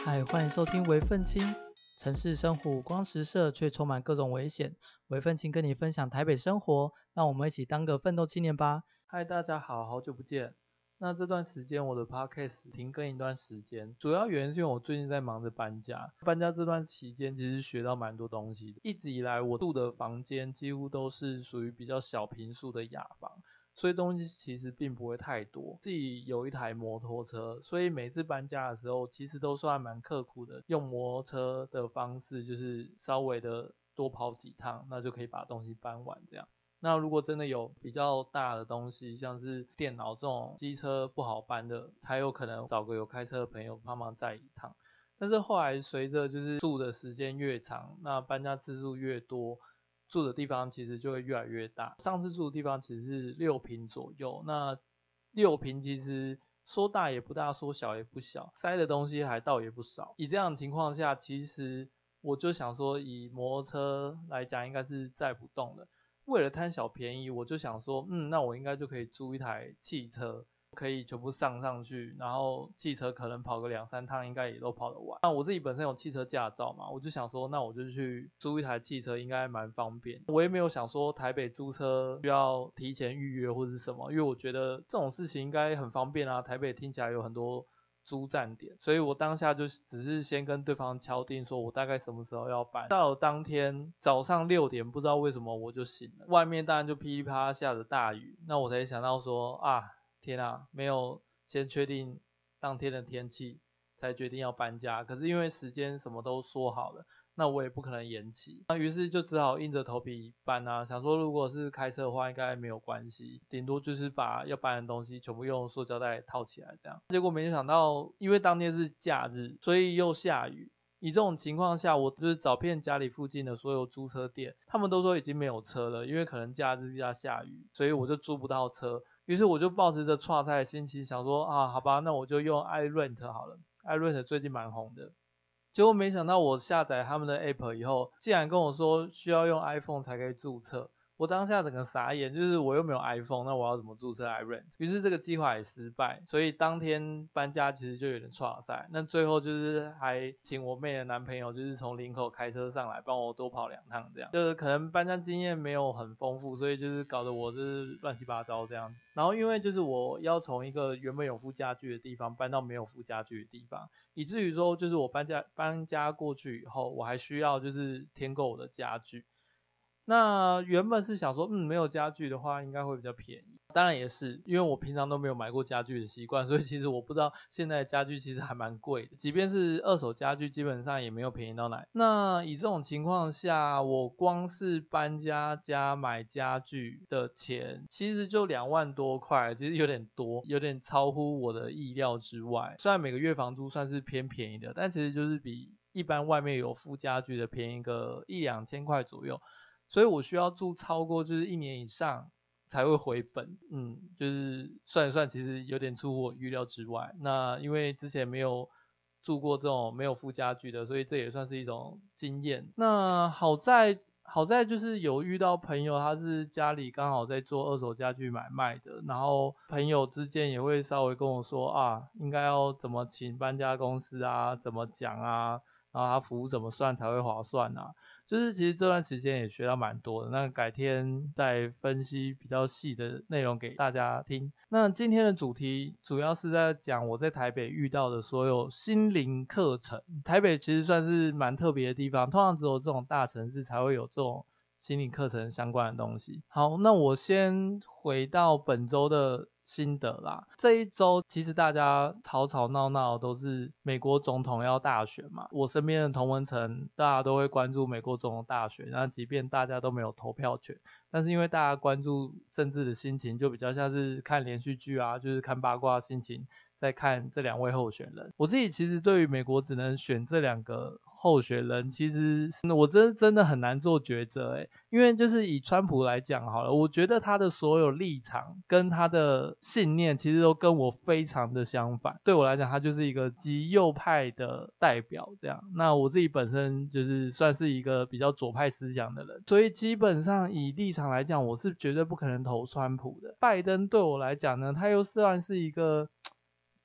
嗨，欢迎收听微愤青。城市生活五光十色，却充满各种危险。微愤青跟你分享台北生活，让我们一起当个奋斗青年吧。嗨，大家好，好久不见。那这段时间我的 podcast 停更一段时间，主要原因是因为我最近在忙着搬家。搬家这段期间其实学到蛮多东西的。一直以来我住的房间几乎都是属于比较小坪数的雅房，所以东西其实并不会太多。自己有一台摩托车，所以每次搬家的时候其实都算蛮刻苦的，用摩托车的方式就是稍微的多跑几趟，那就可以把东西搬完这样。那如果真的有比较大的东西，像是电脑这种机车不好搬的，才有可能找个有开车的朋友帮忙载一趟。但是后来随着就是住的时间越长，那搬家次数越多，住的地方其实就会越来越大。上次住的地方其实是6坪左右，那6坪其实说大也不大，说小也不小，塞的东西还倒也不少。以这样的情况下，其实我就想说，以摩托车来讲，应该是载不动的。为了贪小便宜，我就想说，那我应该就可以租一台汽车，可以全部上去，然后汽车可能跑个2-3趟应该也都跑得完。那我自己本身有汽车驾照嘛，我就想说，那我就去租一台汽车应该蛮方便。我也没有想说台北租车需要提前预约或是什么，因为我觉得这种事情应该很方便啊，台北听起来有很多租站点，所以我当下就只是先跟对方敲定说我大概什么时候要搬。到了当天早上6点，不知道为什么我就醒了，外面当然就噼里啪啦下着大雨，那我才想到说天啊，没有先确定当天的天气才决定要搬家，可是因为时间什么都说好了，那我也不可能延期，那于是就只好硬着头皮搬啊，想说如果是开车的话应该没有关系，顶多就是把要搬的东西全部用塑胶袋套起来这样。结果没想到因为当天是假日，所以又下雨。以这种情况下，我就是找遍家里附近的所有租车店，他们都说已经没有车了，因为可能假日加下雨，所以我就租不到车。于是我就抱持着挫赛的心情想说好吧，那我就用 iRent 好了。iRent 最近蛮红的。结果没想到我下载他们的 app 以后，竟然跟我说需要用 iPhone 才可以注册。我当下整个傻眼，就是我又没有 iPhone， 那我要怎么注册 iRent？ 于是这个计划也失败，所以当天搬家其实就有点挫赛。那最后就是还请我妹的男朋友，就是从林口开车上来帮我多跑2趟这样。就是可能搬家经验没有很丰富，所以就是搞得我就是乱七八糟这样子。然后因为就是我要从一个原本有附家具的地方搬到没有附家具的地方，以至于说就是我搬家过去以后，我还需要就是添购我的家具。那原本是想说没有家具的话应该会比较便宜，当然也是因为我平常都没有买过家具的习惯，所以其实我不知道现在的家具其实还蛮贵的，即便是二手家具基本上也没有便宜到哪。那以这种情况下，我光是搬家加买家具的钱其实就2万多块，其实有点多，有点超乎我的意料之外。虽然每个月房租算是偏便宜的，但其实就是比一般外面有附家具的便宜个1-2千块左右，所以我需要住超过就是1年以上才会回本。就是算一算其实有点出乎我预料之外。那因为之前没有住过这种没有附家具的，所以这也算是一种经验。那好在就是有遇到朋友，他是家里刚好在做二手家具买卖的，然后朋友之间也会稍微跟我说应该要怎么请搬家公司啊，怎么讲啊，然后他服务怎么算才会划算啊。就是其实这段时间也学到蛮多的，那改天再分析比较细的内容给大家听。那今天的主题主要是在讲我在台北遇到的所有心灵课程。台北其实算是蛮特别的地方，通常只有这种大城市才会有这种心理课程相关的东西。好，那我先回到本周的心得啦。这一周其实大家吵吵闹闹都是美国总统要大选嘛，我身边的同温层大家都会关注美国总统大选，那即便大家都没有投票权，但是因为大家关注政治的心情就比较像是看连续剧啊，就是看八卦的心情在看这2位候选人。我自己其实对于美国只能选这2个候选人，其实我真的很难做抉择因为就是以川普来讲好了，我觉得他的所有立场跟他的信念其实都跟我非常的相反，对我来讲他就是一个极右派的代表这样。那我自己本身就是算是一个比较左派思想的人，所以基本上以立场来讲我是绝对不可能投川普的。拜登对我来讲呢，他又算是一个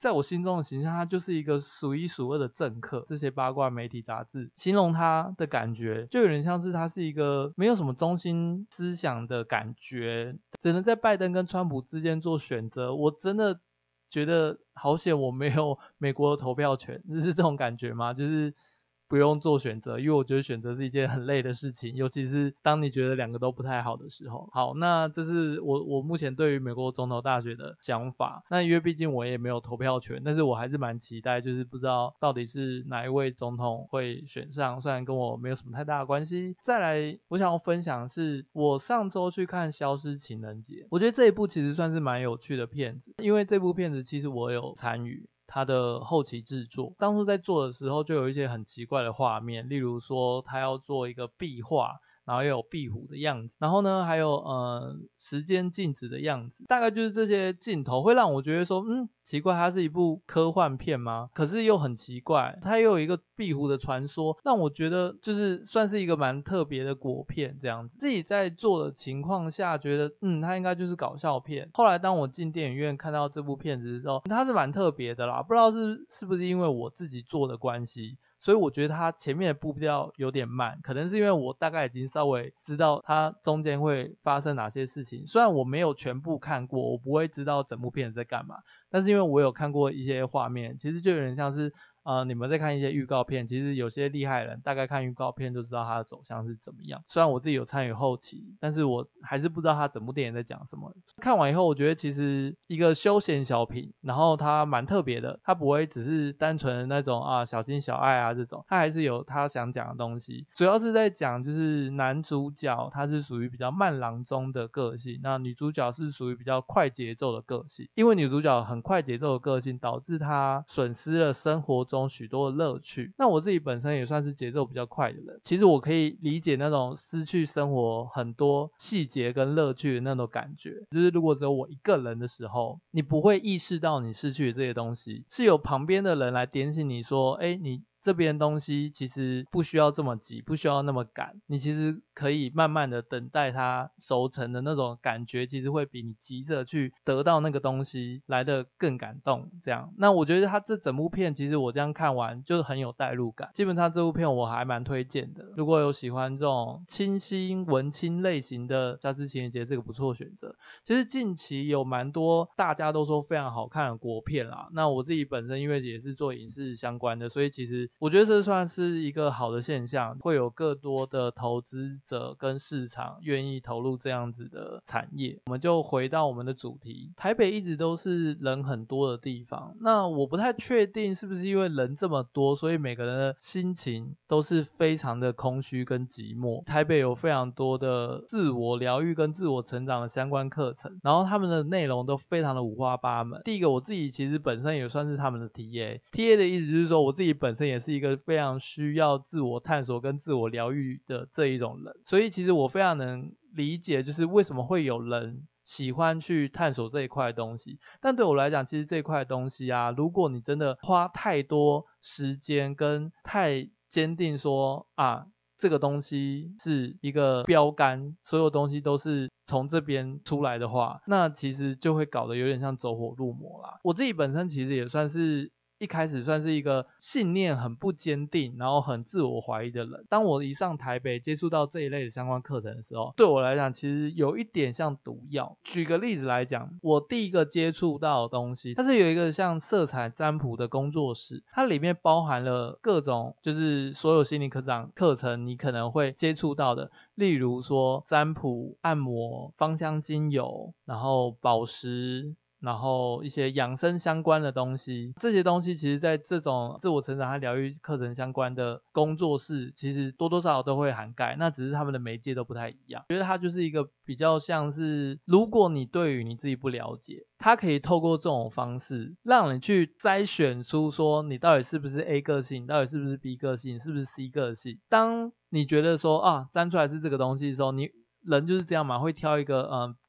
在我心中的形象，他就是一个数一数二的政客。这些八卦媒体杂志形容他的感觉就有点像是他是一个没有什么中心思想的感觉，只能在拜登跟川普之间做选择。我真的觉得好险我没有美国的投票权，就是这种感觉吗？就是不用做选择，因为我觉得选择是一件很累的事情，尤其是当你觉得两个都不太好的时候。好，那这是我目前对于美国总统大选的想法。那因为毕竟我也没有投票权，但是我还是蛮期待，就是不知道到底是哪一位总统会选上，虽然跟我没有什么太大的关系。再来，我想要分享的是我上周去看《消失情人节》，我觉得这一部其实算是蛮有趣的片子，因为这部片子其实我有参与他的后期制作，当初在做的时候就有一些很奇怪的画面，例如说他要做一个壁画，然后又有壁虎的样子，然后呢还有时间静止的样子，大概就是这些镜头会让我觉得说奇怪，它是一部科幻片吗？可是又很奇怪，它又有一个壁虎的传说，让我觉得就是算是一个蛮特别的国片这样子。自己在做的情况下觉得它应该就是搞笑片。后来当我进电影院看到这部片子的时候，它是蛮特别的啦，不知道是不是因为我自己做的关系，所以我觉得它前面的步调有点慢，可能是因为我大概已经稍微知道它中间会发生哪些事情，虽然我没有全部看过，我不会知道整部片子在干嘛，但是因为我有看过一些画面，其实就有点像是你们在看一些预告片，其实有些厉害人大概看预告片就知道它的走向是怎么样。虽然我自己有参与后期，但是我还是不知道它整部电影在讲什么。看完以后我觉得其实一个休闲小品，然后它蛮特别的，它不会只是单纯的那种小情小爱这种，它还是有它想讲的东西。主要是在讲就是男主角他是属于比较慢郎中的个性，那女主角是属于比较快节奏的个性。因为女主角很快节奏的个性，导致她损失了生活中许多的乐趣。那我自己本身也算是节奏比较快的人，其实我可以理解那种失去生活很多细节跟乐趣的那种感觉，就是如果只有我一个人的时候，你不会意识到你失去的这些东西，是有旁边的人来点醒你说你这边东西其实不需要这么急，不需要那么赶，你其实可以慢慢的等待它熟成的那种感觉，其实会比你急着去得到那个东西来得更感动这样。那我觉得它这整部片其实我这样看完就是很有代入感，基本上这部片我还蛮推荐的，如果有喜欢这种清新文青类型的消失情人节，这个不错选择。其实近期有蛮多大家都说非常好看的国片啦，那我自己本身因为也是做影视相关的，所以其实我觉得这算是一个好的现象，会有更多的投资者跟市场愿意投入这样子的产业。我们就回到我们的主题，台北一直都是人很多的地方，那我不太确定是不是因为人这么多，所以每个人的心情都是非常的空虚跟寂寞。台北有非常多的自我疗愈跟自我成长的相关课程，然后他们的内容都非常的五花八门。第一个我自己其实本身也算是他们的 TA 的意思就是说我自己本身也是一个非常需要自我探索跟自我疗愈的这一种人，所以其实我非常能理解就是为什么会有人喜欢去探索这一块的东西。但对我来讲，其实这一块的东西如果你真的花太多时间跟太坚定说这个东西是一个标杆，所有东西都是从这边出来的话，那其实就会搞得有点像走火入魔啦。我自己本身其实也算是一开始算是一个信念很不坚定，然后很自我怀疑的人。当我一上台北接触到这一类的相关课程的时候，对我来讲其实有一点像毒药。举个例子来讲，我第一个接触到的东西，它是有一个像色彩占卜的工作室，它里面包含了各种就是所有心理课程你可能会接触到的，例如说占卜、按摩、芳香精油，然后宝石，然后一些养生相关的东西，这些东西其实在这种自我成长和疗愈课程相关的工作室其实多多少少都会涵盖，那只是他们的媒介都不太一样。我觉得它就是一个比较像是，如果你对于你自己不了解，它可以透过这种方式让你去筛选出说你到底是不是 A 个性，你到底是不是 B 个性，是不是 C 个性。当你觉得说占出来是这个东西的时候，你人就是这样嘛，会挑一个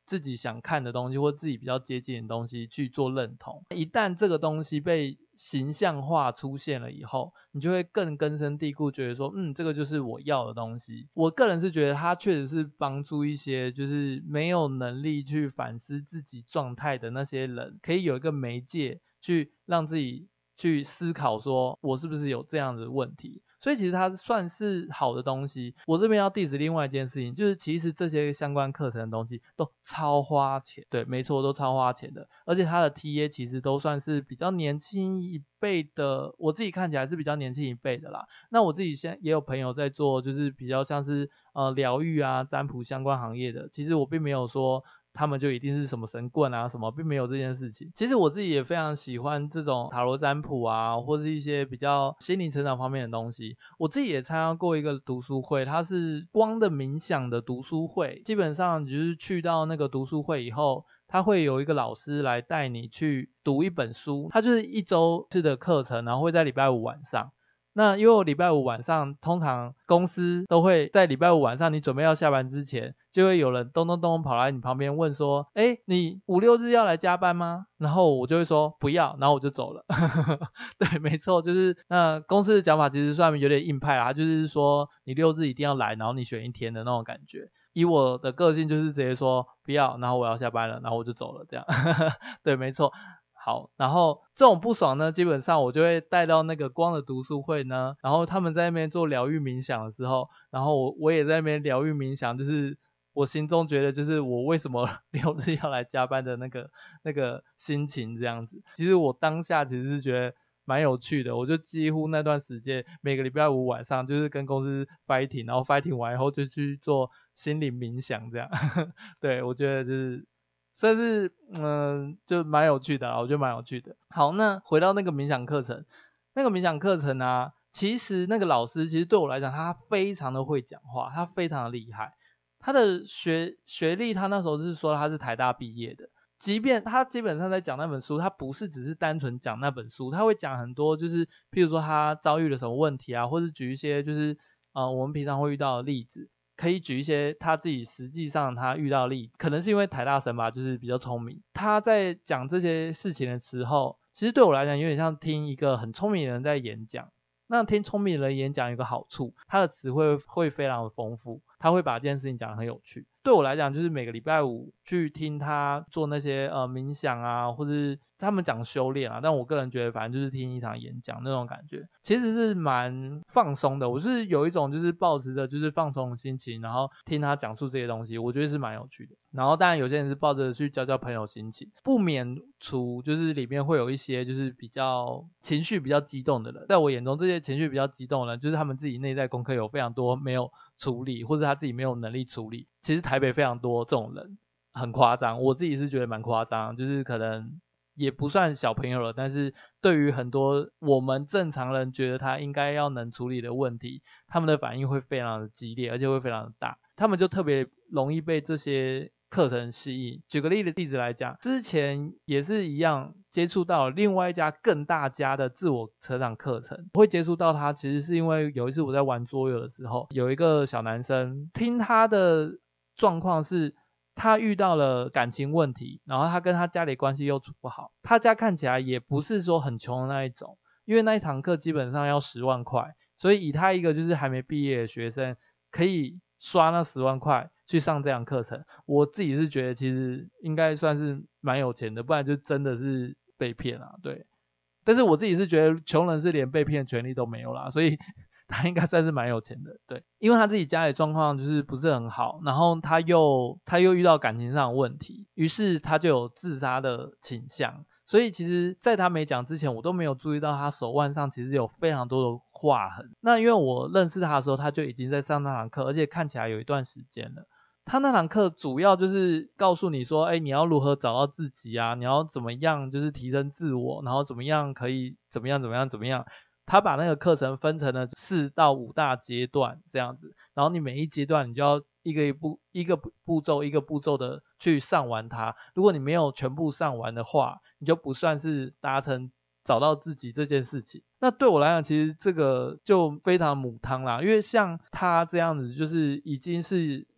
自己想看的东西或自己比较接近的东西去做认同。一旦这个东西被形象化出现了以后，你就会更根深蒂固觉得说这个就是我要的东西。我个人是觉得它确实是帮助一些就是没有能力去反思自己状态的那些人，可以有一个媒介去让自己去思考说我是不是有这样的问题。所以其实它算是好的东西。我这边要 diss 另外一件事情，就是其实这些相关课程的东西都超花钱，对，没错，都超花钱的。而且它的 TA 其实都算是比较年轻一辈的，我自己看起来是比较年轻一辈的啦。那我自己现在也有朋友在做，就是比较像是疗愈啊、占卜相关行业的。其实我并没有说他们就一定是什么神棍啊什么，并没有这件事情。其实我自己也非常喜欢这种塔罗占卜啊，或是一些比较心灵成长方面的东西。我自己也参加过一个读书会，它是光的冥想的读书会。基本上就是去到那个读书会以后，他会有一个老师来带你去读一本书，它就是1周次的课程，然后会在礼拜五晚上。那因为我礼拜五晚上通常公司都会在礼拜五晚上你准备要下班之前，就会有人咚咚咚跑来你旁边问说你5、6日要来加班吗？然后我就会说不要，然后我就走了对，没错，就是那公司的讲法其实算有点硬派啦，他就是说你6日一定要来，然后你选一天的那种感觉。以我的个性就是直接说不要，然后我要下班了，然后我就走了这样对，没错。好，然后这种不爽呢，基本上我就会带到那个光的读书会呢，然后他们在那边做疗愈冥想的时候，然后我也在那边疗愈冥想，就是我心中觉得就是我为什么6日要来加班的那个心情这样子。其实我当下其实是觉得蛮有趣的，我就几乎那段时间每个礼拜五晚上就是跟公司 fighting， 然后 fighting 完以后就去做心灵冥想这样对，我觉得就是算是就蛮有趣的啦，我觉得蛮有趣的。好，那回到那个冥想课程，啊，其实那个老师其实对我来讲，他非常的会讲话，他非常的厉害。他的学历，他那时候是说他是台大毕业的。即便他基本上在讲那本书，他不是只是单纯讲那本书，他会讲很多，就是譬如说他遭遇了什么问题啊，或者举一些就是我们平常会遇到的例子。可以举一些他自己实际上他遇到的例子，可能是因为台大生吧，就是比较聪明。他在讲这些事情的时候，其实对我来讲有点像听一个很聪明的人在演讲。那听聪明的人演讲有一个好处，他的词汇会非常的丰富，他会把这件事情讲得很有趣。对我来讲，就是每个礼拜五去听他做那些冥想啊，或者是他们讲修炼啊，但我个人觉得反正就是听一场演讲那种感觉，其实是蛮放松的。我是有一种就是抱持着就是放松的心情，然后听他讲述这些东西，我觉得是蛮有趣的。然后当然有些人是抱着去交交朋友心情，不免除就是里面会有一些就是比较情绪比较激动的人，在我眼中这些情绪比较激动的人，就是他们自己内在功课有非常多没有处理，或者他自己没有能力处理。其实台北非常多这种人，很夸张，我自己是觉得蛮夸张，就是可能也不算小朋友了，但是对于很多我们正常人觉得他应该要能处理的问题，他们的反应会非常的激烈，而且会非常的大，他们就特别容易被这些课程吸引。举个例子来讲，之前也是一样接触到另外一家更大家的自我成长课程，会接触到他其实是因为有一次我在玩桌游的时候，有一个小男生听他的状况是他遇到了感情问题，然后他跟他家里关系又处不好，他家看起来也不是说很穷的那一种，因为那一堂课基本上要10万块，所以以他一个就是还没毕业的学生可以刷那10万块去上这堂课程，我自己是觉得其实应该算是蛮有钱的，不然就真的是被骗啊，对。但是我自己是觉得穷人是连被骗的权利都没有啦，所以他应该算是蛮有钱的，对。因为他自己家里状况就是不是很好，然后他又遇到感情上的问题，于是他就有自杀的倾向。所以其实在他没讲之前，我都没有注意到他手腕上其实有非常多的划痕。那因为我认识他的时候，他就已经在上那堂课，而且看起来有一段时间了。他那堂课主要就是告诉你说，你要如何找到自己啊，你要怎么样就是提升自我，然后怎么样可以怎么样。他把那个课程分成了4到5大阶段这样子，然后你每一阶段你就要一个步骤的去上完它。如果你没有全部上完的话，你就不算是达成找到自己这件事情。那对我来讲，其实这个就非常母汤啦，因为像他这样子，就是已经是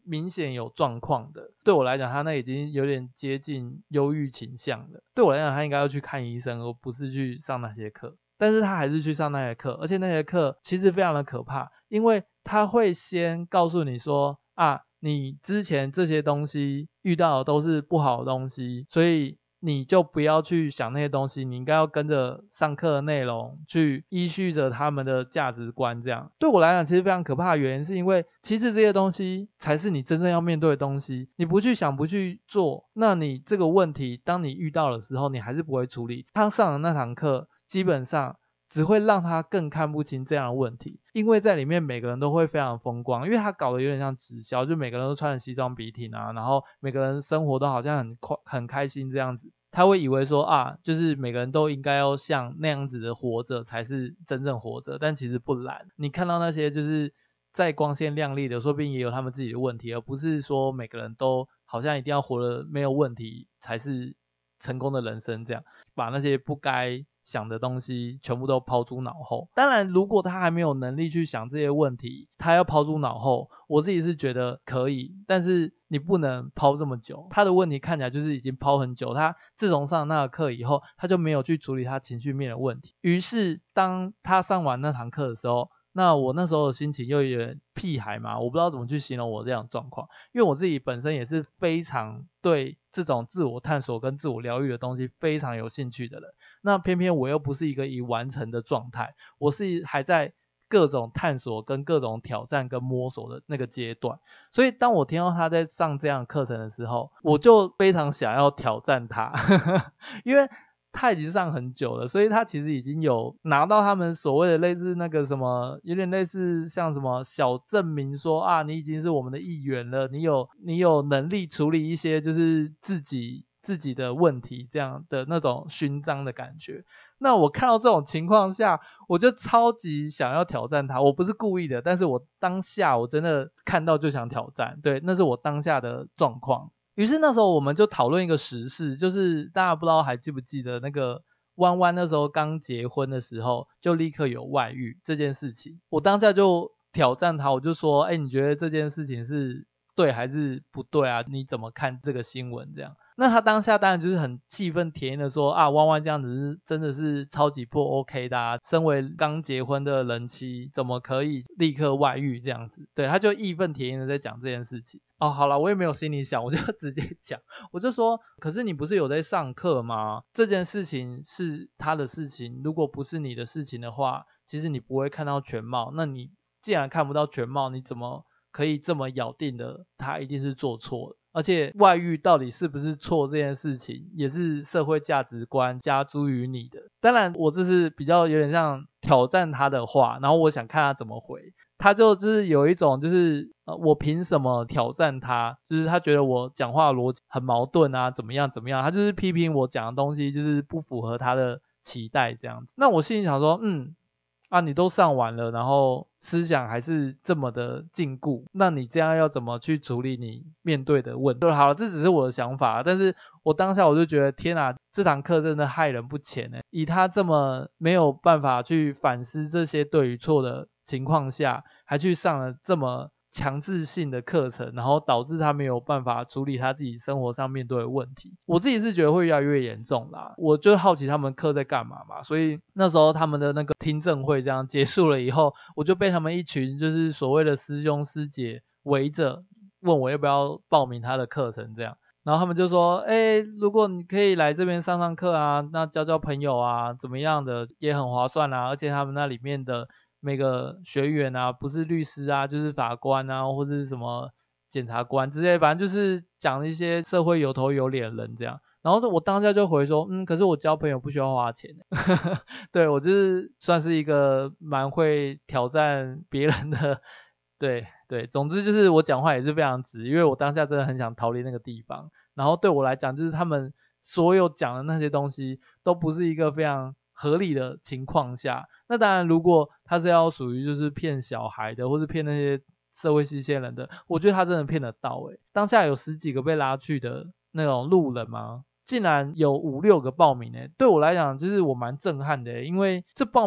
明显有状况的，对我来讲他那已经有点接近忧郁倾向了，对我来讲他应该要去看医生，而不是去上那些课。但是他还是去上那些课，而且那些课其实非常的可怕，因为他会先告诉你说你之前这些东西遇到的都是不好的东西，所以你就不要去想那些东西，你应该要跟着上课的内容去依序着他们的价值观。这样对我来讲其实非常可怕的原因是因为其实这些东西才是你真正要面对的东西，你不去想不去做，那你这个问题当你遇到的时候你还是不会处理。他上的那堂课基本上只会让他更看不清这样的问题，因为在里面每个人都会非常风光，因为他搞得有点像直销，就每个人都穿着西装笔挺啊，然后每个人生活都好像很开心这样子，他会以为说就是每个人都应该要像那样子的活着才是真正活着，但其实不然。你看到那些就是再光鲜亮丽的，说不定也有他们自己的问题，而不是说每个人都好像一定要活得没有问题才是成功的人生这样，把那些不该想的东西全部都抛诸脑后。当然如果他还没有能力去想这些问题，他要抛诸脑后，我自己是觉得可以，但是你不能抛这么久。他的问题看起来就是已经抛很久，他自从上那个课以后他就没有去处理他情绪面的问题，于是当他上完那堂课的时候，那我那时候的心情又有点屁孩嘛，我不知道怎么去形容我这样的状况，因为我自己本身也是非常对这种自我探索跟自我疗愈的东西非常有兴趣的人，那偏偏我又不是一个已完成的状态，我是还在各种探索跟各种挑战跟摸索的那个阶段，所以当我听到他在上这样的课程的时候，我就非常想要挑战他因为他已经上很久了，所以他其实已经有拿到他们所谓的类似那个什么，有点类似像什么小证明说你已经是我们的一员了，你有能力处理一些就是自己的问题这样的那种勋章的感觉。那我看到这种情况下，我就超级想要挑战他，我不是故意的，但是我当下我真的看到就想挑战，对，那是我当下的状况。于是那时候我们就讨论一个时事，就是大家不知道还记不记得那个弯弯那时候刚结婚的时候就立刻有外遇这件事情，我当下就挑战他，我就说你觉得这件事情是对还是不对啊？你怎么看这个新闻这样？那他当下当然就是很气愤填膺的说弯弯这样子是真的是超级不 OK 的身为刚结婚的人妻怎么可以立刻外遇这样子，对，他就义愤填膺的在讲这件事情。好了，我也没有心里想，我就直接讲，我就说可是你不是有在上课吗？这件事情是他的事情，如果不是你的事情的话，其实你不会看到全貌，那你既然看不到全貌，你怎么可以这么咬定的他一定是做错了？而且外遇到底是不是错这件事情也是社会价值观加诸于你的。当然我这是比较有点像挑战他的话，然后我想看他怎么回，他就是有一种就是我凭什么挑战他，就是他觉得我讲话逻辑很矛盾啊怎么样怎么样，他就是批评我讲的东西就是不符合他的期待这样子。那我心里想说你都上完了，然后思想还是这么的禁锢，那你这样要怎么去处理你面对的问题？好了，这只是我的想法，但是我当下我就觉得天啊，这堂课真的害人不浅欸，以他这么没有办法去反思这些对与错的情况下，还去上了这么强制性的课程，然后导致他没有办法处理他自己生活上面对的问题。我自己是觉得会越来越严重啦，我就好奇他们课在干嘛嘛，所以那时候他们的那个听证会这样结束了以后，我就被他们一群就是所谓的师兄师姐围着问我要不要报名他的课程这样。然后他们就说如果你可以来这边上课啊，那交交朋友啊怎么样的也很划算啊，而且他们那里面的每个学员啊不是律师啊就是法官啊或者是什么检察官之类，反正就是讲一些社会有头有脸的人这样。然后我当下就回说可是我交朋友不需要花钱对，我就是算是一个蛮会挑战别人的对，总之就是我讲话也是非常直，因为我当下真的很想逃离那个地方。然后对我来讲就是他们所有讲的那些东西都不是一个非常合理的情况下，那当然如果他是要属于就是骗小孩的或是骗那些社会新鲜人的，我觉得他真的骗得到当下有10几个被拉去的那种路人嘛，竟然有5、6个报名对我来讲就是我蛮震撼的因为这报名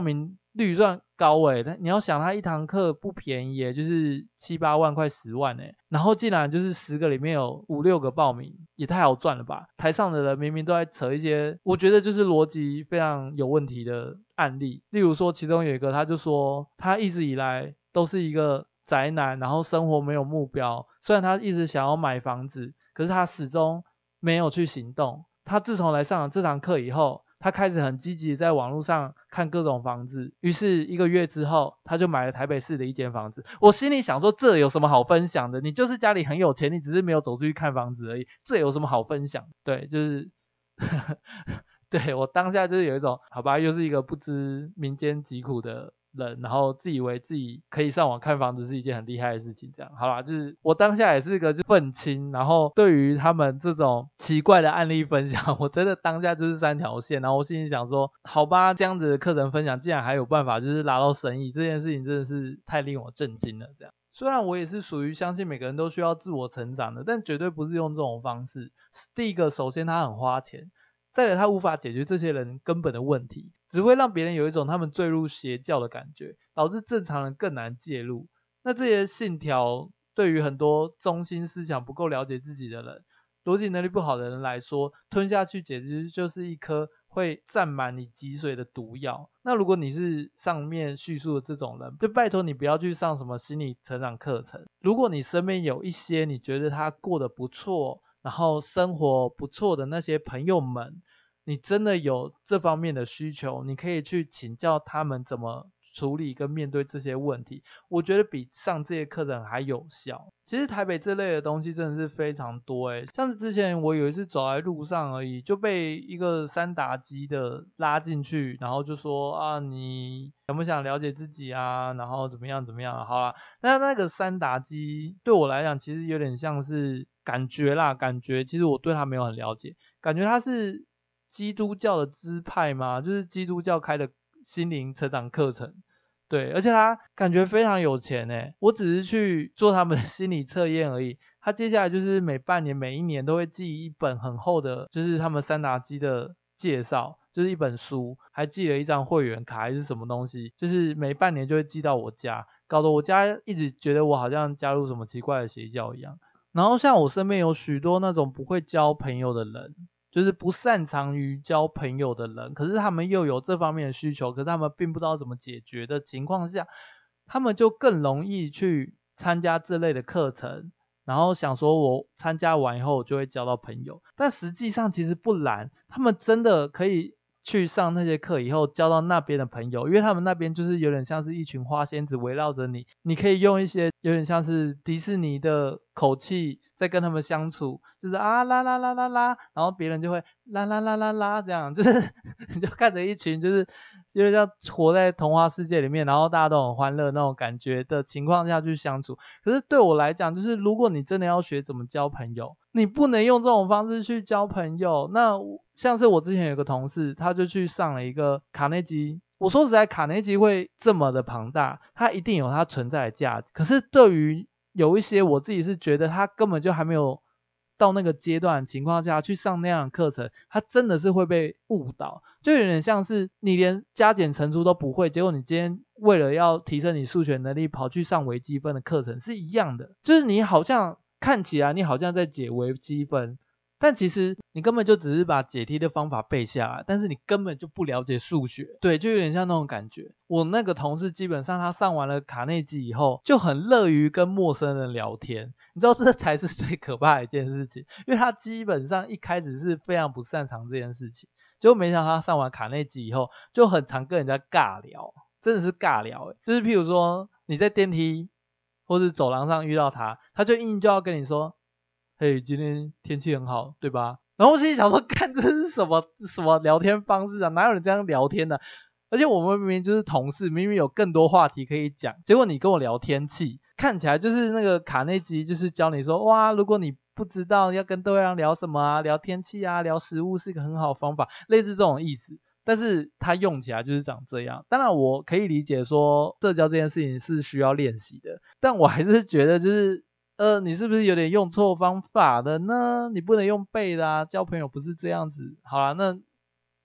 预算高你要想他一堂课不便宜耶，就是7、8万快10万耶，然后竟然就是10个里面有5、6个报名，也太好赚了吧。台上的人明明都在扯一些我觉得就是逻辑非常有问题的案例，例如说其中有一个他就说他一直以来都是一个宅男，然后生活没有目标，虽然他一直想要买房子，可是他始终没有去行动。他自从来上了这堂课以后，他开始很积极在网络上看各种房子，于是1个月之后他就买了台北市的一间房子。我心里想说，这有什么好分享的？你就是家里很有钱，你只是没有走出去看房子而已，这有什么好分享？对，就是对，我当下就是有一种好吧，又是一个不知民间疾苦的人，然后自以为自己可以上网看房子是一件很厉害的事情，这样好啦，就是我当下也是一个就愤青，然后对于他们这种奇怪的案例分享，我真的当下就是3条线，然后我心里想说，好吧，这样子的课程分享竟然还有办法就是拿到生意，这件事情真的是太令我震惊了。这样，虽然我也是属于相信每个人都需要自我成长的，但绝对不是用这种方式。第一个，首先他很花钱。再来，他无法解决这些人根本的问题，只会让别人有一种他们坠入邪教的感觉，导致正常人更难介入。那这些信条对于很多中心思想不够了解自己的人，逻辑能力不好的人来说，吞下去简直就是一颗会占满你脊髓的毒药。那如果你是上面叙述的这种人，就拜托你不要去上什么心理成长课程。如果你身边有一些你觉得他过得不错，然后生活不错的那些朋友们，你真的有这方面的需求，你可以去请教他们怎么处理跟面对这些问题，我觉得比上这些课程还有效。其实台北这类的东西真的是非常多像是之前我有一次走在路上而已，就被一个三打机的拉进去，然后就说啊，你想不想了解自己啊，然后怎么样怎么样，好啦，那个三打机对我来讲其实有点像是感觉其实我对他没有很了解，感觉他是基督教的支派嘛，就是基督教开的心灵成长课程。对，而且他感觉非常有钱我只是去做他们的心理测验而已。他接下来就是每半年、每1年都会寄一本很厚的，就是他们三打机的介绍，就是一本书，还寄了一张会员卡还是什么东西，就是每半年就会寄到我家，搞得我家一直觉得我好像加入什么奇怪的邪教一样。然后像我身边有许多那种不会交朋友的人，就是不擅长于交朋友的人，可是他们又有这方面的需求，可是他们并不知道怎么解决的情况下，他们就更容易去参加这类的课程，然后想说我参加完以后我就会交到朋友，但实际上其实不然，他们真的可以去上那些课以后交到那边的朋友，因为他们那边就是有点像是一群花仙子围绕着你，你可以用一些有点像是迪士尼的口气在跟他们相处，就是啊啦啦啦啦啦，然后别人就会啦啦啦啦啦，这样就是你就看着一群就是有点像活在童话世界里面，然后大家都很欢乐那种感觉的情况下去相处。可是对我来讲，就是如果你真的要学怎么交朋友，你不能用这种方式去交朋友。那像是我之前有个同事，他就去上了一个卡内基，我说实在，卡内基会这么的庞大，它一定有它存在的价值。可是对于有一些我自己是觉得他根本就还没有到那个阶段的情况下去上那样的课程，他真的是会被误导，就有点像是你连加减乘除都不会，结果你今天为了要提升你数学能力跑去上微积分的课程是一样的，就是你好像看起来你好像在解微积分，但其实你根本就只是把解题的方法背下来，但是你根本就不了解数学。对，就有点像那种感觉。我那个同事基本上他上完了卡内基以后，就很乐于跟陌生人聊天，你知道这才是最可怕的一件事情，因为他基本上一开始是非常不擅长这件事情，结果没想到他上完卡内基以后，就很常跟人家尬聊，真的是尬聊就是譬如说你在电梯或是走廊上遇到他，他就硬就要跟你说，嘿，今天天气很好，对吧？然后我心里想说，看这是什么聊天方式啊？哪有人这样聊天的？而且我们明明就是同事，明明有更多话题可以讲，结果你跟我聊天气，看起来就是那个卡内基就是教你说，哇，如果你不知道要跟对方聊什么啊，聊天气啊，聊食物是一个很好的方法，类似这种意思。但是它用起来就是长这样。当然我可以理解说社交这件事情是需要练习的，但我还是觉得就是你是不是有点用错方法的呢？你不能用背的啊，交朋友不是这样子。好啦，那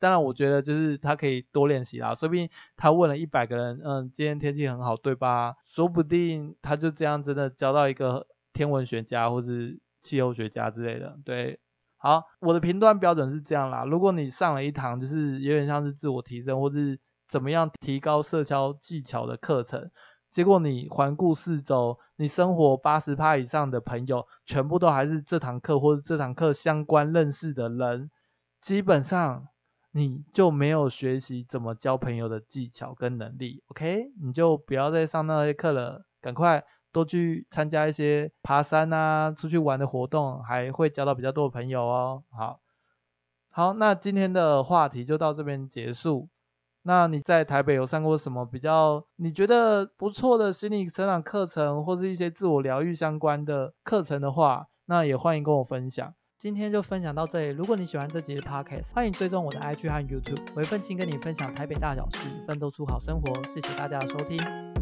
当然我觉得就是他可以多练习啦，说不定他问了100个人，今天天气很好对吧？说不定他就这样真的交到一个天文学家或是气候学家之类的。对，好，我的评断标准是这样啦，如果你上了一堂就是有点像是自我提升或是怎么样提高社交技巧的课程，结果你环顾四周，你生活80%以上的朋友全部都还是这堂课或者这堂课相关认识的人，基本上你就没有学习怎么交朋友的技巧跟能力 OK， 你就不要再上那些课了，赶快多去参加一些爬山啊出去玩的活动，还会交到比较多的朋友哦。好，那今天的话题就到这边结束。那你在台北有上过什么比较你觉得不错的心理成长课程，或是一些自我疗愈相关的课程的话，那也欢迎跟我分享。今天就分享到这里，如果你喜欢这集的 Podcast， 欢迎追踪我的 IG 和 YouTube， 微愤青跟你分享台北大小事，奋斗出好生活，谢谢大家的收听。